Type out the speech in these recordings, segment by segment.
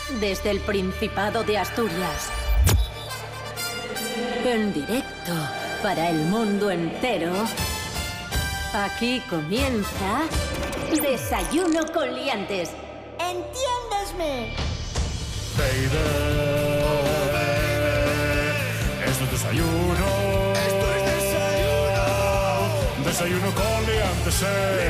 Desde el Principado de Asturias. En directo para el mundo entero. Aquí comienza Desayuno con Liantes. ¡Entiéndesme! Baby, oh baby, esto es desayuno. Esto es desayuno. Desayuno con liantes.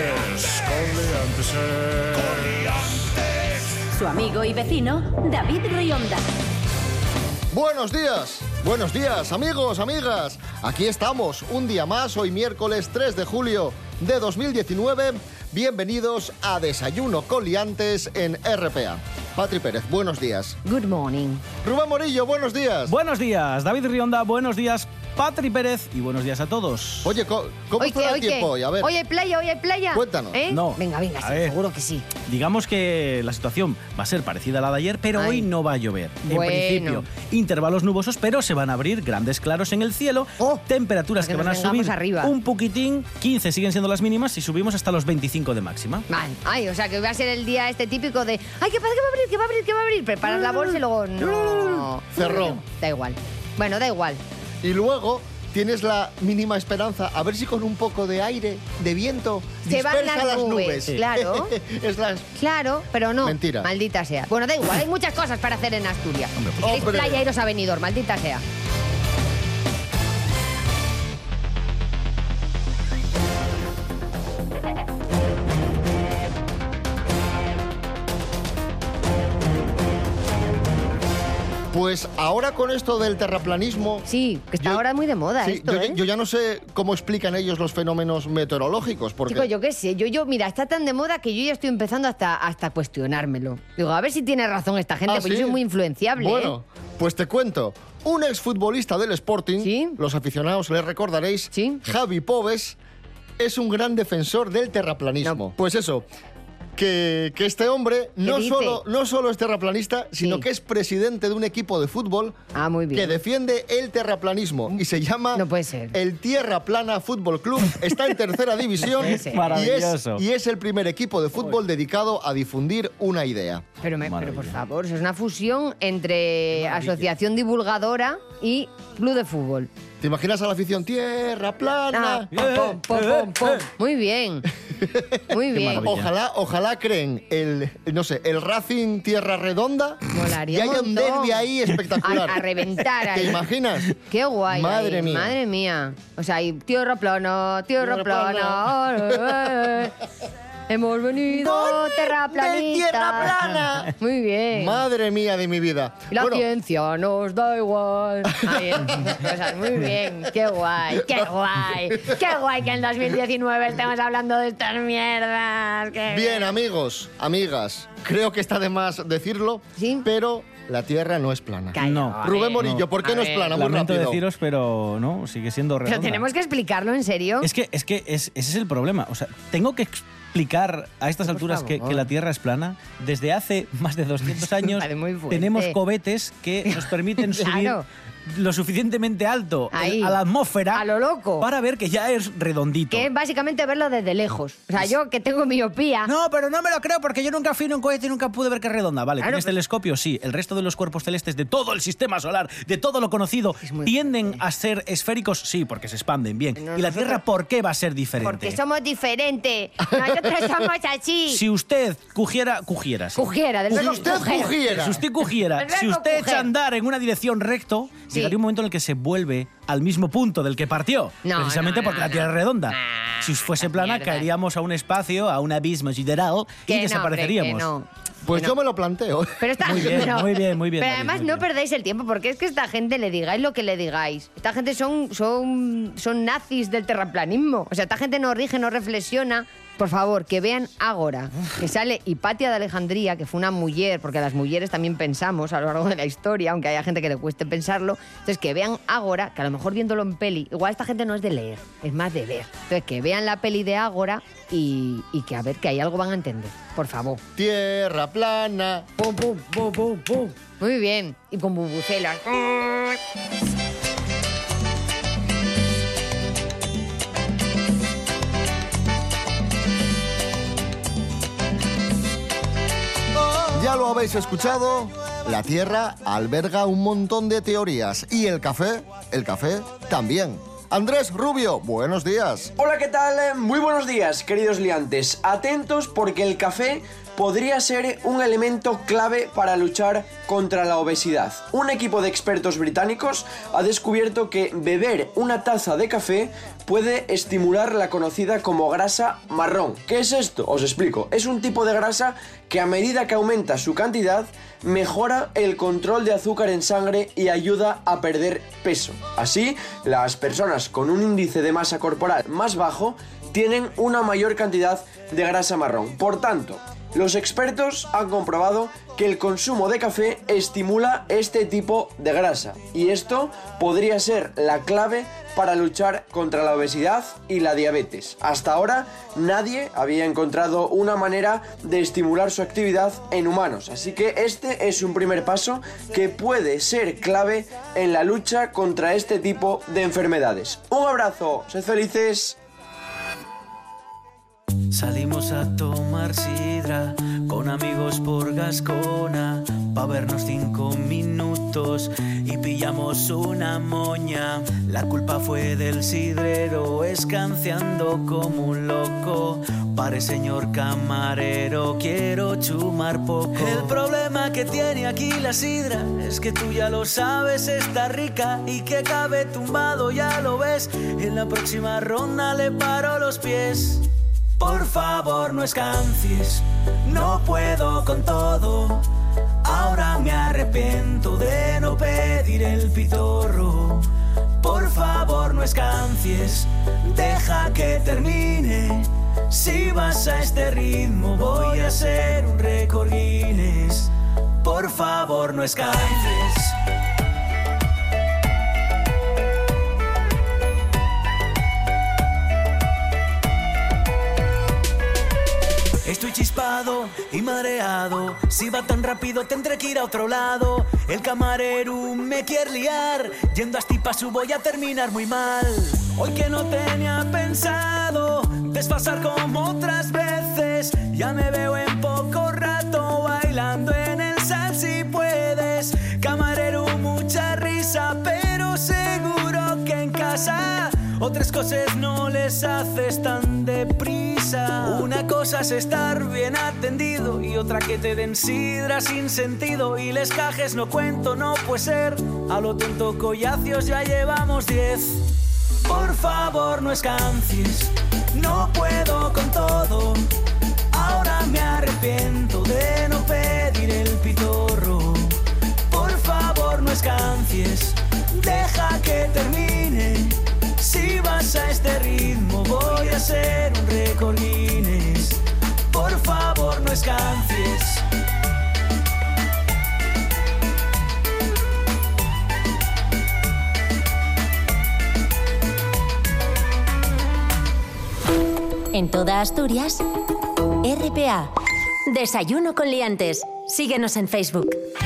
Con liantes. Su amigo y vecino, David Rionda. Buenos días, amigos, amigas. Aquí estamos, un día más, hoy miércoles 3 de julio de 2019. Bienvenidos a Desayuno con Liantes en RPA. Patri Pérez, buenos días. Good morning. Rubén Morillo, buenos días. Buenos días, David Rionda, buenos días, Patri Pérez y buenos días a todos. Oye, ¿cómo fue el tiempo hoy? A ver. Hoy hay playa. Cuéntanos. No. Venga, sí, seguro que sí. Digamos que la situación va a ser parecida a la de ayer, pero hoy no va a llover. Bueno. En principio, intervalos nubosos, pero se van a abrir grandes claros en el cielo. Temperaturas que van a subir arriba. un poquitín. 15 siguen siendo las mínimas y subimos hasta los 25 de máxima. O sea que va a ser el día este típico de ¡ay, que va a abrir! Preparas la bolsa y luego no. Cerró. Da igual. Bueno, da igual. Y luego tienes la mínima esperanza, a ver si con un poco de aire, de viento, se van dispersa las nubes. Claro. Claro, pero no. Mentira. Maldita sea. Bueno, da igual, hay muchas cosas para hacer en Asturias. Si queréis playa, iros a Benidorm, maldita sea. Pues ahora con esto del terraplanismo... Sí, que está ahora muy de moda esto, yo ya no sé cómo explican ellos los fenómenos meteorológicos, porque... Chico, yo qué sé, mira, está tan de moda que yo ya estoy empezando hasta cuestionármelo. Digo, a ver si tiene razón esta gente, porque ¿sí? yo soy muy influenciable. Bueno, pues te cuento. Un exfutbolista del Sporting, ¿sí? Los aficionados les recordaréis, ¿sí? Javi Pobes, es un gran defensor del terraplanismo. No. Pues eso... Que este hombre no solo es terraplanista, sino que es presidente de un equipo de fútbol muy bien. que defiende el terraplanismo y se llama no puede ser. el Tierra Plana Fútbol Club. Está en tercera división y es el primer equipo de fútbol dedicado a difundir una idea. Pero por favor, es una fusión entre asociación divulgadora y club de fútbol. ¿Te imaginas a la afición? Tierra Plana. Pom. Muy bien. Muy bien. Ojalá creen el Racing Tierra Redonda. Molaría y haya un derbi ahí espectacular. A reventar ahí. ¿Te imaginas? Qué guay. Madre mía. Madre mía. O sea, hay tierra plana. Hemos venido terraplanista. Tierra plana. Muy bien. Madre mía de mi vida. La ciencia nos da igual. Cosas muy bien. Qué guay. Qué guay que en 2019 estemos hablando de estas mierdas. Bien, amigos, amigas. Creo que está de más decirlo, ¿sí? Pero la Tierra no es plana. No. Rubén Morillo, ¿por qué no es plana? Muy Lamento rápido. deciros, pero no, sigue siendo redonda. Pero tenemos que explicarlo, ¿en serio? Es que ese es el problema. O sea, tengo que explicar a estas alturas que la Tierra es plana. Desde hace más de 200 años tenemos cohetes que nos permiten subir lo suficientemente alto ahí, a la atmósfera, a lo loco, para ver que ya es redondito. Que es básicamente verlo desde lejos. O sea, yo que tengo miopía... No, pero no me lo creo porque yo nunca fui en un cohete y nunca pude ver que es redonda. Vale, claro, ¿tienes telescopio? Sí. El resto de los cuerpos celestes de todo el sistema solar, de todo lo conocido, ¿tienden a ser esféricos? Sí, porque se expanden bien. ¿Y la Tierra por qué va a ser diferente? Porque somos diferentes. Nosotros somos así. Si usted cugiera, si usted echa a andar en una dirección recto, llegaría un momento en el que se vuelve al mismo punto del que partió, precisamente porque la Tierra es redonda. Si fuese plana, caeríamos a un espacio, a un abismo sideral y desapareceríamos. Pues yo me lo planteo. Pero está muy bien. Pero además no perdáis el tiempo, porque es que esta gente, le digáis lo que le digáis, esta gente son nazis del terraplanismo. O sea, esta gente no rige, no reflexiona. Por favor, que vean Ágora, que sale Hipatia de Alejandría, que fue una mujer, porque las mujeres también pensamos a lo largo de la historia, aunque haya gente que le cueste pensarlo. Entonces, que vean Ágora, que a lo mejor viéndolo en peli, igual esta gente no es de leer, es más de ver. Entonces, que vean la peli de Ágora y que a ver, que ahí algo van a entender. Por favor. Tierra plana. Pum, pum, pum, pum, pum. Muy bien. Y con bubucelas. Ya lo habéis escuchado, La Tierra alberga un montón de teorías y el café también. Andrés Rubio, buenos días. Hola, ¿qué tal? Muy buenos días, queridos liantes. Atentos porque el café podría ser un elemento clave para luchar contra la obesidad. Un equipo de expertos británicos ha descubierto que beber una taza de café puede estimular la conocida como grasa marrón. ¿Qué es esto? Os explico. Es un tipo de grasa que a medida que aumenta su cantidad, mejora el control de azúcar en sangre y ayuda a perder peso. Así, las personas con un índice de masa corporal más bajo tienen una mayor cantidad de grasa marrón. Por tanto, los expertos han comprobado que el consumo de café estimula este tipo de grasa y esto podría ser la clave para luchar contra la obesidad y la diabetes. Hasta ahora nadie había encontrado una manera de estimular su actividad en humanos, así que este es un primer paso que puede ser clave en la lucha contra este tipo de enfermedades. Un abrazo, sed felices. Salimos a tomar sidra con amigos por Gascona, pa' vernos 5 minutos y pillamos una moña. La culpa fue del sidrero, escanciando como un loco. Pare, señor camarero, quiero chumar poco. El problema que tiene aquí la sidra es que tú ya lo sabes, está rica y que cabe tumbado, ya lo ves. En la próxima ronda le paro los pies. Por favor, no escancies, no puedo con todo. Ahora me arrepiento de no pedir el pitorro. Por favor, no escancies, deja que termine. Si vas a este ritmo, voy a hacer un récord Guinness. Por favor, no escancies. Estoy chispado y mareado. Si va tan rápido tendré que ir a otro lado. El camarero me quiere liar. Yendo a Estipazu voy a terminar muy mal. Hoy que no tenía pensado desfasar como otras veces, ya me veo en poco rato bailando en el sal si puedes. Camarero, mucha risa, pero seguro que en casa otras cosas no les haces tan deprisa. Una cosa es estar bien atendido y otra que te den sidra sin sentido. Y les cajes no cuento, no puede ser. A lo tonto collacios ya llevamos 10. Por favor, no escancies, no puedo con todo. Ahora me arrepiento de no pedir el pitorro. Por favor, no escancies, deja que termine. Si vas a este ritmo voy a hacer un récord Guinness. Por favor, no escancies. En toda Asturias, RPA. Desayuno con liantes. Síguenos en Facebook.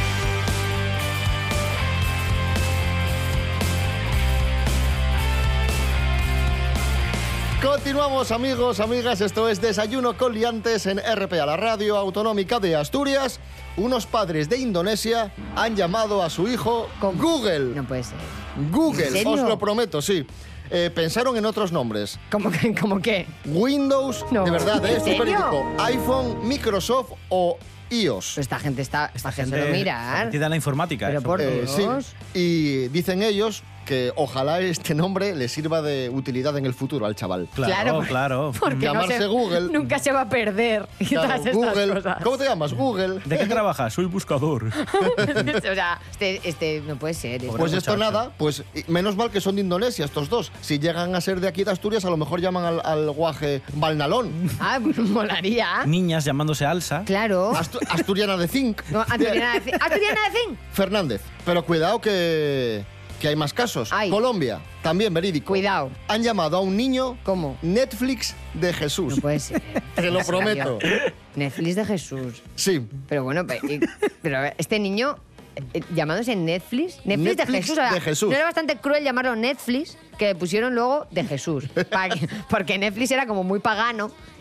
Continuamos, amigos, amigas, esto es Desayuno con Liantes en RPA, la radio autonómica de Asturias. Unos padres de Indonesia han llamado a su hijo Google. No puede ser. Google, ¿En serio? os lo prometo, sí. Pensaron en otros nombres. ¿Cómo qué? Windows, No. de verdad, ¿En es serio? verídico. iPhone, Microsoft o iOS. Esta gente está haciéndolo mirar. Metida en la informática. Pero eso. por Dios. Sí, y dicen ellos que ojalá este nombre le sirva de utilidad en el futuro al chaval. Claro. Porque Llamarse Google. Nunca se va a perder. Y Claro, todas estas Google. cosas. ¿Cómo te llamas? Google. ¿De qué trabajas? Soy buscador. O sea, este no puede ser. Pobre Pues esto muchacho. nada, pues menos mal que son de Indonesia estos dos. Si llegan a ser de aquí de Asturias, a lo mejor llaman al guaje Balnalón. Ah, pues molaría. Niñas llamándose Alsa. Claro. Asturiana de Zinc. No, Asturiana de Zinc. Fernández. Pero cuidado que hay más casos. Ay. Colombia, también verídico. Cuidado. Han llamado a un niño ¿Cómo? Netflix de Jesús. No puede ser. Te lo prometo. Netflix de Jesús. Sí. Pero bueno, pero a ver, este niño llamándose Netflix de Netflix Jesús. O sea, de Jesús. No era bastante cruel llamarlo Netflix, que pusieron luego de Jesús. Porque Netflix era como muy pagano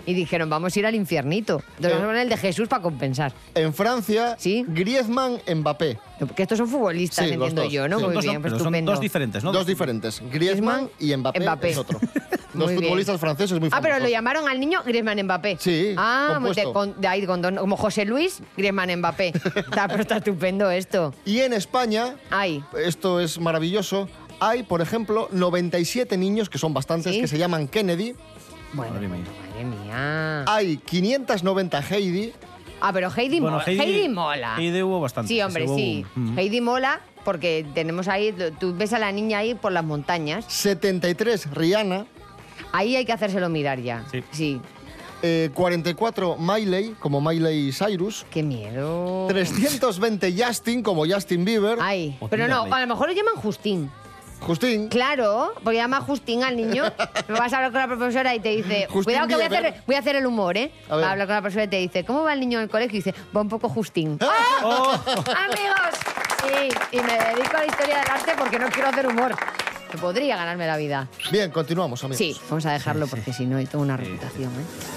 y dijeron, vamos a ir al infiernito. Entonces vamos a poner el de Jesús para compensar. En Francia, ¿Sí? Griezmann, Mbappé. Que estos son futbolistas, Sí, los entiendo dos, yo, ¿no? sí. Muy Dos, bien, pues pero son estupendo. dos diferentes, ¿no? Dos diferentes. Griezmann y Mbappé, es otro. Dos Muy bien. futbolistas franceses muy famosos. Pero lo llamaron al niño Griezmann Mbappé. Sí, compuesto. de ahí, como José Luis, Griezmann Mbappé. Está estupendo esto. Y en España, Ay, esto es maravilloso, hay, por ejemplo, 97 niños, que son bastantes, ¿Sí? que se llaman Kennedy. bueno, Madre mía. madre mía. Hay 590 Heidi. Pero Heidi Bueno, mola. Heidi mola. Heidi hubo bastante. Sí, hombre, Hubo sí. un- Heidi mola porque tenemos ahí, tú ves a la niña ahí por las montañas. 73 Rihanna. Ahí hay que hacérselo mirar ya. Sí. 44 Miley, como Miley Cyrus. Qué miedo. 320 Justin, como Justin Bieber. Ay, O pero no, Timberlake. a lo mejor lo llaman Justín. Justin. Claro, porque llama Justín al niño. Me vas a hablar con la profesora y te dice, Justín cuidado que Bieber. voy a hacer el humor, ¿eh? A ver. Va a hablar con la profesora y te dice, ¿cómo va el niño en el colegio? Y dice, va un poco Justín. ¡Ah! ¡Amigos! Sí, y me dedico a la historia del arte porque no quiero hacer humor. Que podría ganarme la vida. Bien, continuamos, amigos. Sí, vamos a dejarlo porque si no, hay toda una reputación, ¿eh?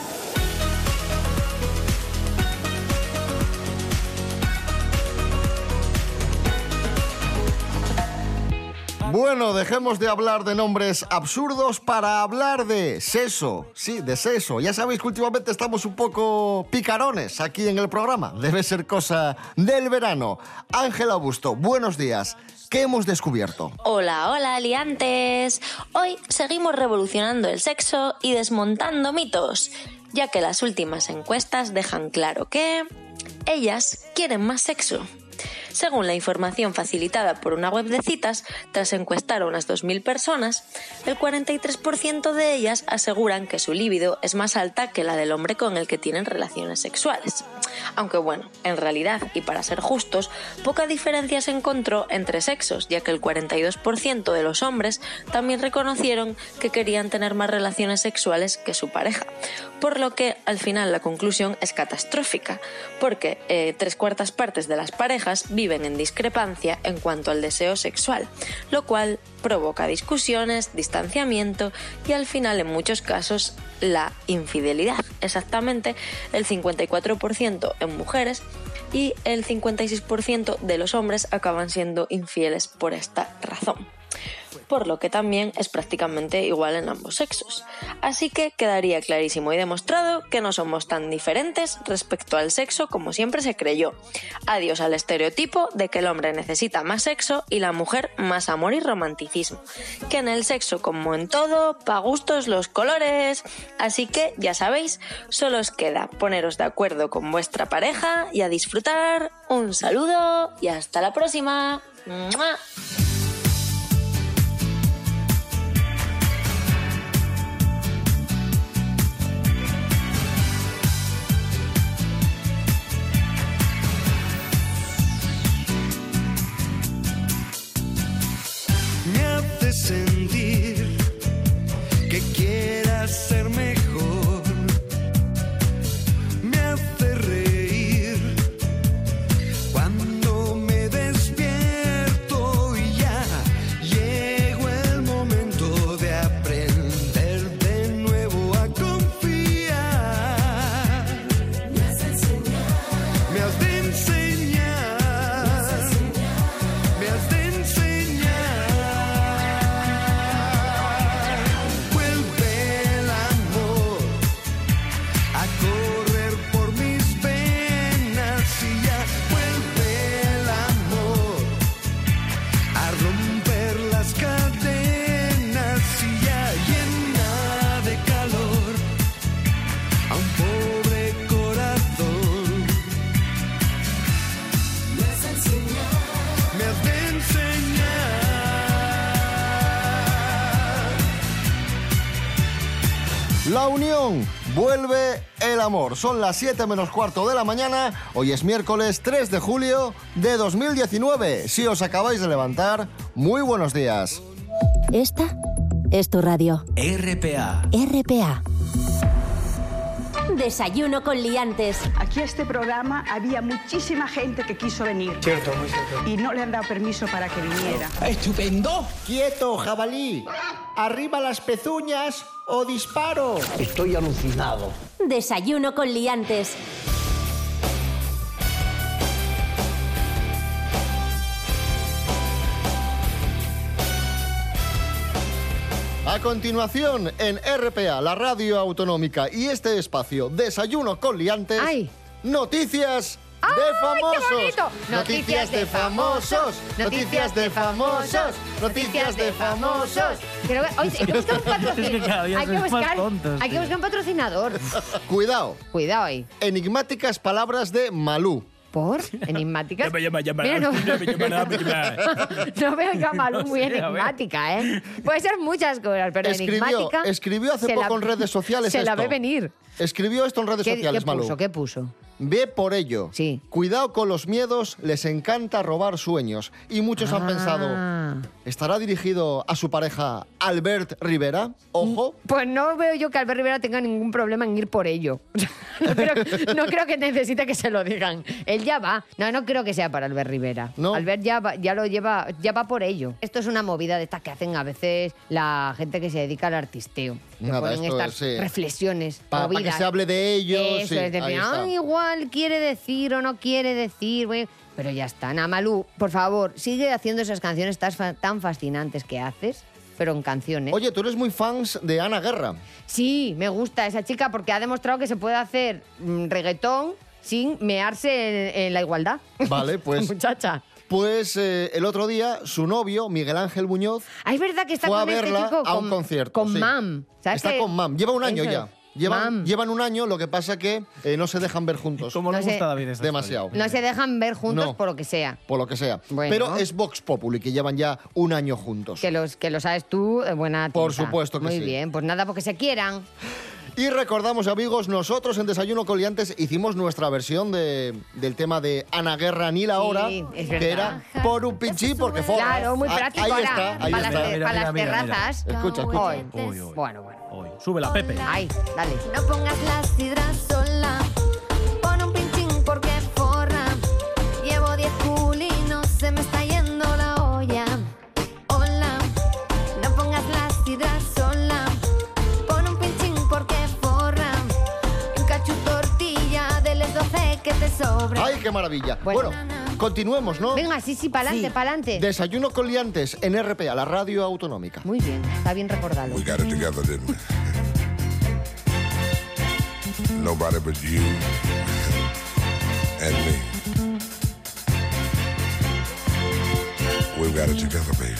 Bueno, dejemos de hablar de nombres absurdos para hablar de seso. Sí, de seso. Ya sabéis que últimamente estamos un poco picarones aquí en el programa. Debe ser cosa del verano. Ángela Busto, buenos días. ¿Qué hemos descubierto? Hola, hola, liantes. Hoy seguimos revolucionando el sexo y desmontando mitos, ya que las últimas encuestas dejan claro que ellas quieren más sexo. Según la información facilitada por una web de citas, tras encuestar a unas 2.000 personas, el 43% de ellas aseguran que su libido es más alta que la del hombre con el que tienen relaciones sexuales. Aunque bueno, en realidad, y para ser justos, poca diferencia se encontró entre sexos, ya que el 42% de los hombres también reconocieron que querían tener más relaciones sexuales que su pareja. Por lo que, al final, la conclusión es catastrófica, porque 3/4 partes de las parejas viven en discrepancia en cuanto al deseo sexual, lo cual provoca discusiones, distanciamiento y al final en muchos casos la infidelidad. Exactamente el 54% en mujeres y el 56% de los hombres acaban siendo infieles por esta razón. Por lo que también es prácticamente igual en ambos sexos. Así que quedaría clarísimo y demostrado que no somos tan diferentes respecto al sexo como siempre se creyó. Adiós al estereotipo de que el hombre necesita más sexo y la mujer más amor y romanticismo. Que en el sexo, como en todo, pa' gustos los colores. Así que, ya sabéis, solo os queda poneros de acuerdo con vuestra pareja y a disfrutar. Un saludo y hasta la próxima. ¡Mua! Me hace sentir que quieras ser mejor. Me hace reír cuando me despierto y ya llegó el momento de aprender de nuevo a confiar. Me has de enseñar. Me has de enseñar. Me has de enseñar. Vuelve el amor a correr por mis venas y ya vuelve el amor a romper las cadenas y ya llena de calor a un pobre corazón. Me has de enseñar. Me has de enseñar. La unión, vuelve el amor. Son las 7:15 de la mañana. Hoy es miércoles 3 de julio de 2019. Si os acabáis de levantar, muy buenos días. Esta es tu radio. RPA. RPA. Desayuno con liantes. Aquí a este programa había muchísima gente que quiso venir. Cierto, muy cierto. Y no le han dado permiso para que viniera. ¡Quieto, jabalí! arriba las pezuñas o disparo. Estoy alucinado. Desayuno con liantes. A continuación, en RPA, la radio autonómica, y este espacio, Desayuno con liantes, noticias de famosos. ¡Qué bonito! Noticias de famosos. Noticias de famosos. Noticias de famosos. Creo que, oye, hay que buscar un patrocinador. Hay Hay que buscar un patrocinador. Cuidado. Cuidado ahí. Enigmáticas palabras de Malú. ¿Por? ¿Enigmáticas? Mira, no veo yo a Malú muy enigmática, ¿eh? Puede ser muchas cosas, pero enigmática... Escribió hace poco en redes sociales se esto. la ve venir. Escribió esto en redes sociales, Malú. ¿Qué puso? Ve por ello. Sí. Cuidado con los miedos, les encanta robar sueños. Y muchos han pensado, ¿estará dirigido a su pareja Albert Rivera? Ojo. Pues no veo yo que Albert Rivera tenga ningún problema en ir por ello. No creo que necesite que se lo digan. Él ya va. No creo que sea para Albert Rivera. ¿No? Albert ya va por ello. Esto es una movida de estas que hacen a veces la gente que se dedica al artisteo. Que Nada, ponen esto estas es, reflexiones, para que se hable de ellos. Eso sí, es decir, ahí está. igual quiere decir o no quiere decir. Bueno, pero ya está. Malú, por favor, sigue haciendo esas canciones tan fascinantes que haces, pero en canciones. Oye, tú eres muy fans de Ana Guerra. Sí, me gusta esa chica porque ha demostrado que se puede hacer reggaetón sin mearse en la igualdad. Vale, pues... Muchacha. Pues el otro día su novio, Miguel Ángel Muñoz, Es verdad que está fue a con este verla chico a un concierto. Con sí. Mam. ¿Sabes Está que- con Mam. Lleva un año Eso ya. es. Mam. Llevan un año, lo que pasa que no se dejan ver juntos. ¿Cómo No le sé. gusta a David esta Demasiado. historia? No se dejan ver juntos No. por lo que sea. Por lo que sea. Bueno. Pero es Vox Populi, que llevan ya un año juntos. Que lo sabes tú, buena Por tinta. supuesto que Muy sí. bien, pues nada, porque se quieran. Y recordamos, amigos, nosotros en Desayuno con Liantes hicimos nuestra versión del tema de Ana Guerra ni la hora, es que verdad. era por un pinchí, porque fue. Claro, muy práctico Ahí ahora. está, ahí para está. Las, para las terrazas. Escucha. Hoy. Uy, uy. Bueno. Uy, súbela, Pepe. Ahí, dale. No pongas la sidra sola, pon un pinchín porque forra. Llevo 10 culinos, se me está yendo la olla. Hola, no pongas la sidra sola, pon un pinchín porque forra. Un cacho tortilla de les 12 que te sobra. ¡Ay, qué maravilla! Bueno. Bueno, continuemos, ¿no? Venga, sí, pa'lante, pa'lante. Desayuno con Liantes en RPA, la radio autonómica. Muy bien, está bien recordarlo. We got it together, didn't we? Nobody but you and me. We've got it together, baby.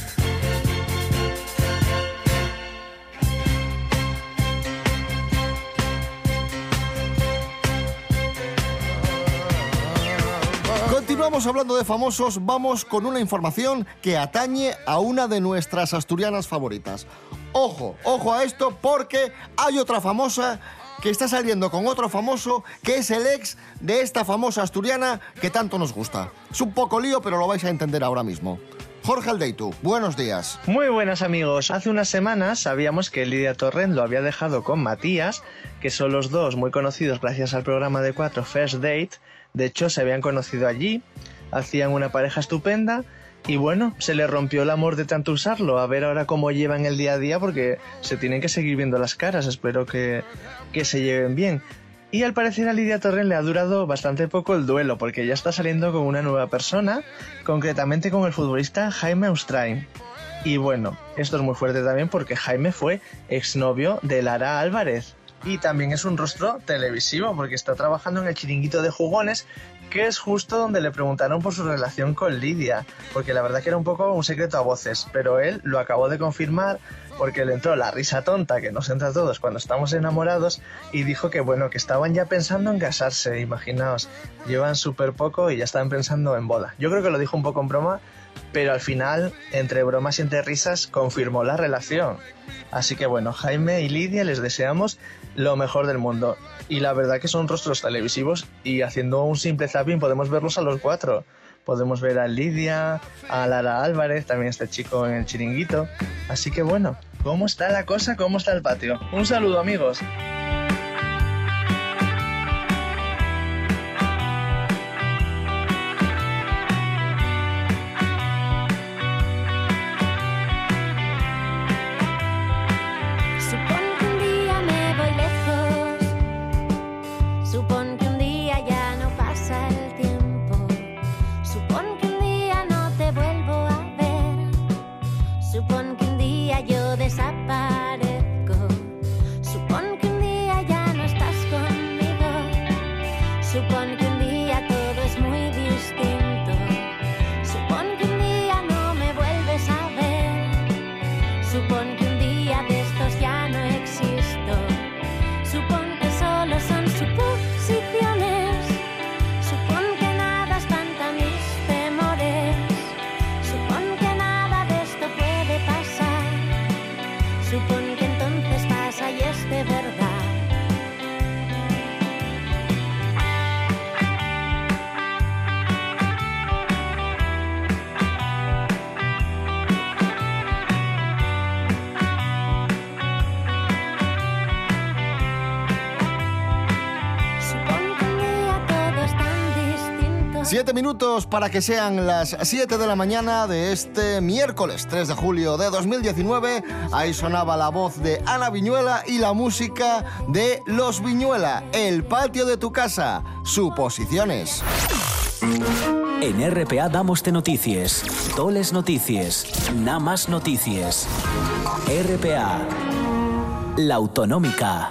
Continuamos hablando de famosos, vamos con una información que atañe a una de nuestras asturianas favoritas. Ojo, ojo a esto porque hay otra famosa que está saliendo con otro famoso que es el ex de esta famosa asturiana que tanto nos gusta. Es un poco lío, pero lo vais a entender ahora mismo. Jorge Aldeitu, buenos días. Muy buenas amigos. Hace unas semanas sabíamos que Lidia Torrent lo había dejado con Matías, que son los dos muy conocidos gracias al programa de 4 First Date. De hecho, se habían conocido allí, hacían una pareja estupenda y bueno, se le rompió el amor de tanto usarlo. A ver ahora cómo llevan el día a día porque se tienen que seguir viendo las caras. Espero que se lleven bien. Y al parecer a Lidia Torrent le ha durado bastante poco el duelo porque ya está saliendo con una nueva persona, concretamente con el futbolista Jaime Austrain. Y bueno, esto es muy fuerte también porque Jaime fue exnovio de Lara Álvarez. Y también es un rostro televisivo porque está trabajando en el Chiringuito de Jugones, que es justo donde le preguntaron por su relación con Lidia, porque la verdad que era un poco un secreto a voces, pero él lo acabó de confirmar porque le entró la risa tonta que nos entra a todos cuando estamos enamorados y dijo que bueno, que estaban ya pensando en casarse, imaginaos, llevan súper poco y ya estaban pensando en boda. Yo creo que lo dijo un poco en broma, pero al final, entre bromas y entre risas, confirmó la relación. Así que bueno, Jaime y Lidia les deseamos lo mejor del mundo. Y la verdad que son rostros televisivos y haciendo un simple zapping podemos verlos a los cuatro. Podemos ver a Lidia, a Lara Álvarez, también este chico en el Chiringuito. Así que bueno, ¿cómo está la cosa? ¿Cómo está el patio? Un saludo, amigos. 7 minutos para que sean las 7 de la mañana de este miércoles 3 de julio de 2019. Ahí sonaba la voz de Ana Viñuela y la música de Los Viñuela, El patio de tu casa, Suposiciones. En RPA damos-te notícies, toles notícies, nada más notícies. RPA, la autonómica.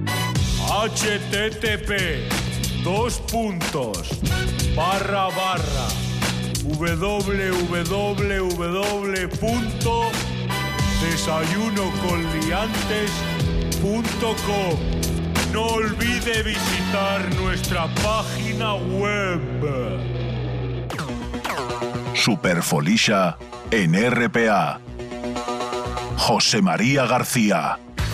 www.desayunoconliantes.com. No olvide visitar nuestra página web. Superfolisha en RPA. José María García.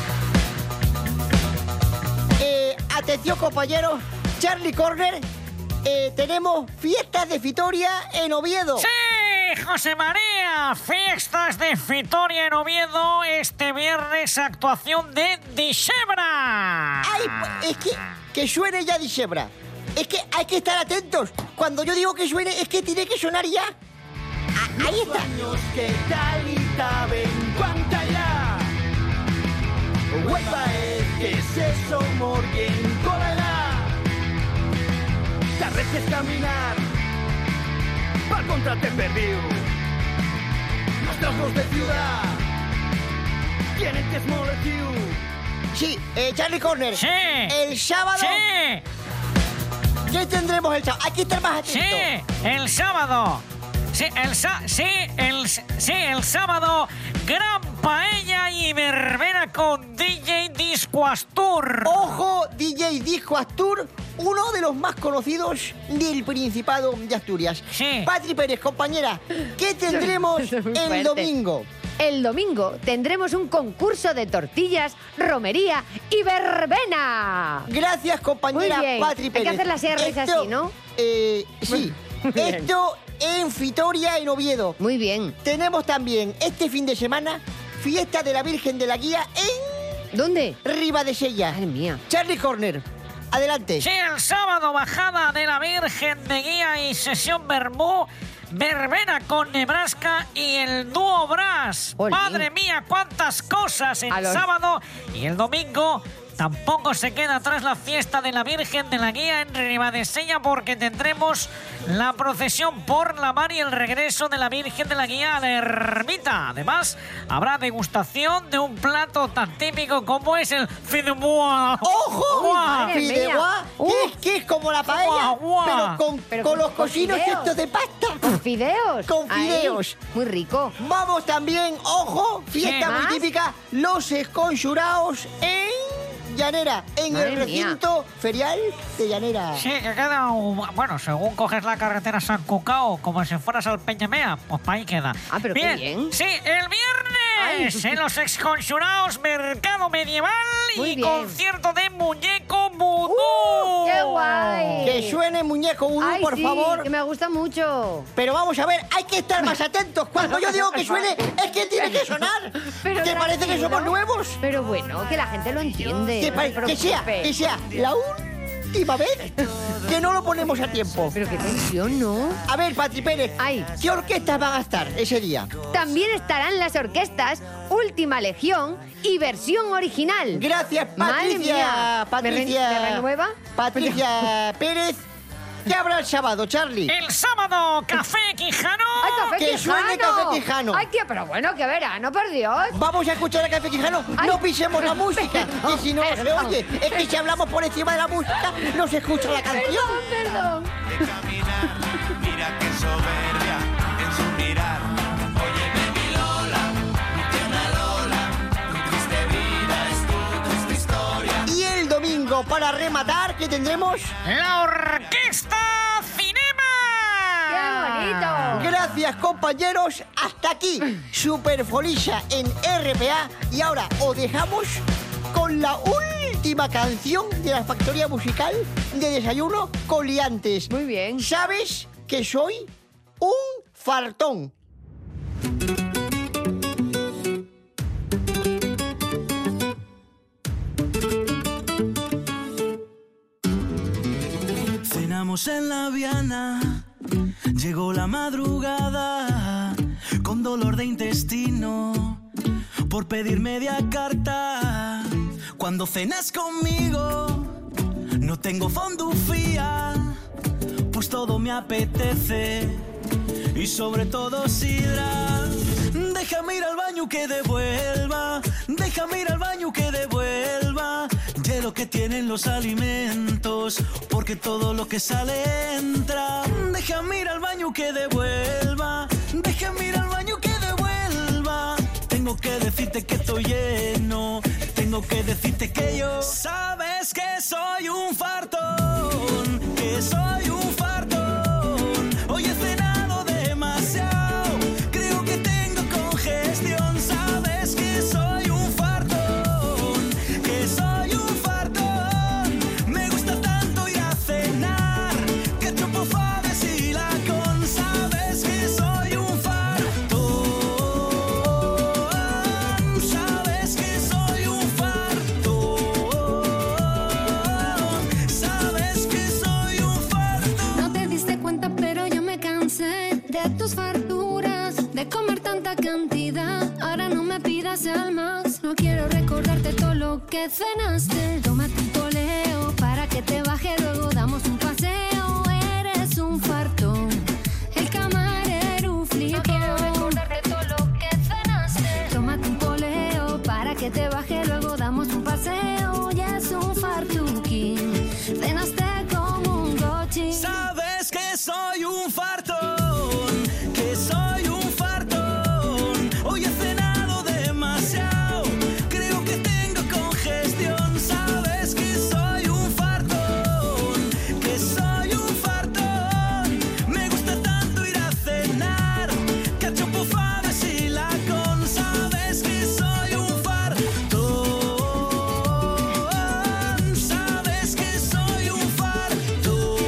Atención, compañeros. Charlie Corner. Tenemos fiestas de Fitoria en Oviedo. ¡Sí, José María! Fiestas de Fitoria en Oviedo este viernes, actuación de Dixebra. ¡Ay! Es que suene ya Dixebra. Es que hay que estar atentos. Cuando yo digo que suene, es que tiene que sonar ya. Ahí está. Que tal y saben cuánta ya. Huelva es que se somos bien con la edad. Te es caminar. Para contra te perdió. Los trozos de ciudad tienen que esmoleció. Sí, Charlie Corner. Sí. El sábado. Sí. ¿Qué tendremos el sábado? Hay que estar más atentos. Sí, el sábado. El sábado, gran paella y verbena con DJ Disco Astur. Ojo, DJ Disco Astur, uno de los más conocidos del Principado de Asturias. Sí. Patri Pérez, compañera, ¿qué tendremos el domingo? El domingo tendremos un concurso de tortillas, romería y verbena. Gracias, compañera Patri Pérez. Hay que hacer las R's así, ¿no? Sí. Esto en Fitoria, en Oviedo. Muy bien. Tenemos también este fin de semana fiesta de la Virgen de la Guía en... ¿Dónde? Ribadesella. Madre mía. Charlie Corner, adelante. Sí, el sábado, bajada de la Virgen de Guía y sesión Bermú, verbena con Nebraska y el dúo Brass. Olín. Madre mía, cuántas cosas el sábado y el domingo. Tampoco se queda atrás la fiesta de la Virgen de la Guía en Ribadesella, porque tendremos la procesión por la mar y el regreso de la Virgen de la Guía a la ermita. Además, habrá degustación de un plato tan típico como es el fideuá. ¡Ojo! ¿Fideuá? ¿Qué es como la paella? Pero con los cocinos estos de pasta. ¿Con fideos? Con fideos. Ahí, muy rico. Vamos también, ojo, fiesta muy típica, los esconxuraos en Llanera, en el recinto ferial de Llanera. Sí, que queda, bueno, según coges la carretera San Cucao, como si fueras al Peñamea, pues para ahí queda. Ah, pero bien. qué bien. Sí, el viernes, en los exconxuraos, mercado medieval y concierto de muñeco vudú. ¡Qué guay! Que suene muñeco vudú, por favor. Que me gusta mucho. Pero vamos a ver, hay que estar más atentos. Cuando yo digo que suene, es que tiene que sonar. ¿Te parece que somos nuevos? Pero bueno, que la gente lo entiende. Que sea la última vez que no lo ponemos a tiempo. Pero qué tensión, ¿no? A ver, Patri Pérez, ¿qué orquestas van a estar ese día? También estarán las orquestas Última Legión y versión original. Gracias, Patricia. ¿Me renueva? Patricia Pérez. ¿Qué habrá el sábado, Charlie? El sábado, Café Quijano. ¡Ay, Café que Quijano! suene Café Quijano. ¡Ay, tío, pero bueno, qué verano, por Dios! Vamos a escuchar a Café Quijano. No pisemos la música. Y si no se oye, es que si hablamos por encima de la música, no se escucha la canción. Perdón. Mira qué soberbia en su mirar. Óyeme, mi Lola, mi tierna Lola, tu triste vida es tu triste historia. Y el domingo, para rematar, ¿qué tendremos? La Orquesta Cinema. ¡Qué bonito! Gracias, compañeros. Hasta aquí, Superfolisha en RPA. Y ahora os dejamos con la última canción de la factoría musical de Desayuno con Liantes. Muy bien. ¿Sabes que soy un fartón? Cenamos en la Viana Llegó la madrugada con dolor de intestino por pedir media carta. Cuando cenas conmigo no tengo fondufía, pues todo me apetece y sobre todo sidra. Déjame ir al baño que devuelva, déjame ir al baño que devuelva hielo que tienen los alimentos, porque todo lo que sale entra. Déjame ir al baño que devuelva, déjame ir al baño que devuelva. Tengo que decirte que estoy lleno, tengo que decirte que yo sabes que soy un fartón, que soy un fartón. Hoy he cenado demasiado, creo que tengo congestión. Sabes que soy un fartón, que soy un fartón. Me gusta tanto ir a cenar, que chupo faves y lacón. Sabes que soy un fartón, sabes que soy un fartón, sabes que soy un fartón. No te diste cuenta, pero yo me cansé de tus farturas, de comer tanta cantidad. Ahora no me pidas al max, no quiero recordarte todo lo que cenaste. Tómate un poleo para que te baje, luego damos un paseo. Eres un fartón, el camarero flico. No quiero recordarte todo lo que cenaste. Tómate un poleo para que te baje, luego damos un paseo. Ya es un fartuquín, cenaste como un gochi. Sabes que soy un fartón, que soy un fartón. Hoy he cenado demasiado, creo que tengo congestión. Sabes que soy un fartón, que soy un fartón. Me gusta tanto ir a cenar, cachopo faves y lacón. Sabes que soy un fartón, sabes que soy un fartón.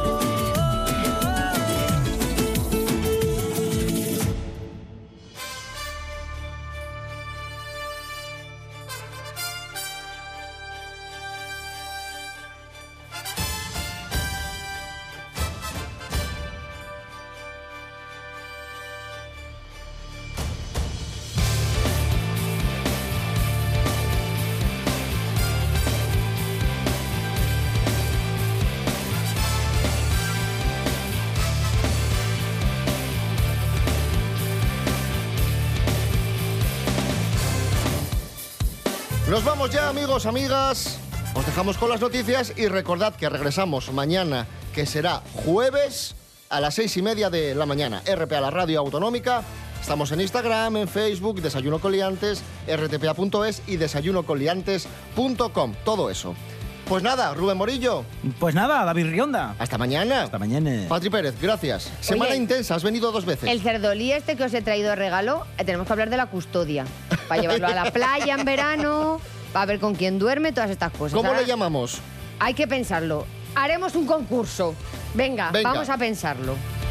Nos vamos ya, amigos, amigas. Os dejamos con las noticias y recordad que regresamos mañana, que será jueves a las 6:30 de la mañana. RPA, la radio autonómica. Estamos en Instagram, en Facebook, Desayuno con Liantes, rtpa.es y desayunocoliantes.com. Todo eso. Pues nada, Rubén Morillo. Pues nada, David Rionda. Hasta mañana. Hasta mañana. Patri Pérez, gracias. Semana intensa, has venido 2 veces. El cerdolí este que os he traído de regalo, tenemos que hablar de la custodia. Para llevarlo a la playa en verano, para ver con quién duerme, todas estas cosas. ¿Cómo Ahora le llamamos? hay que pensarlo. Haremos un concurso. Venga, vamos a pensarlo.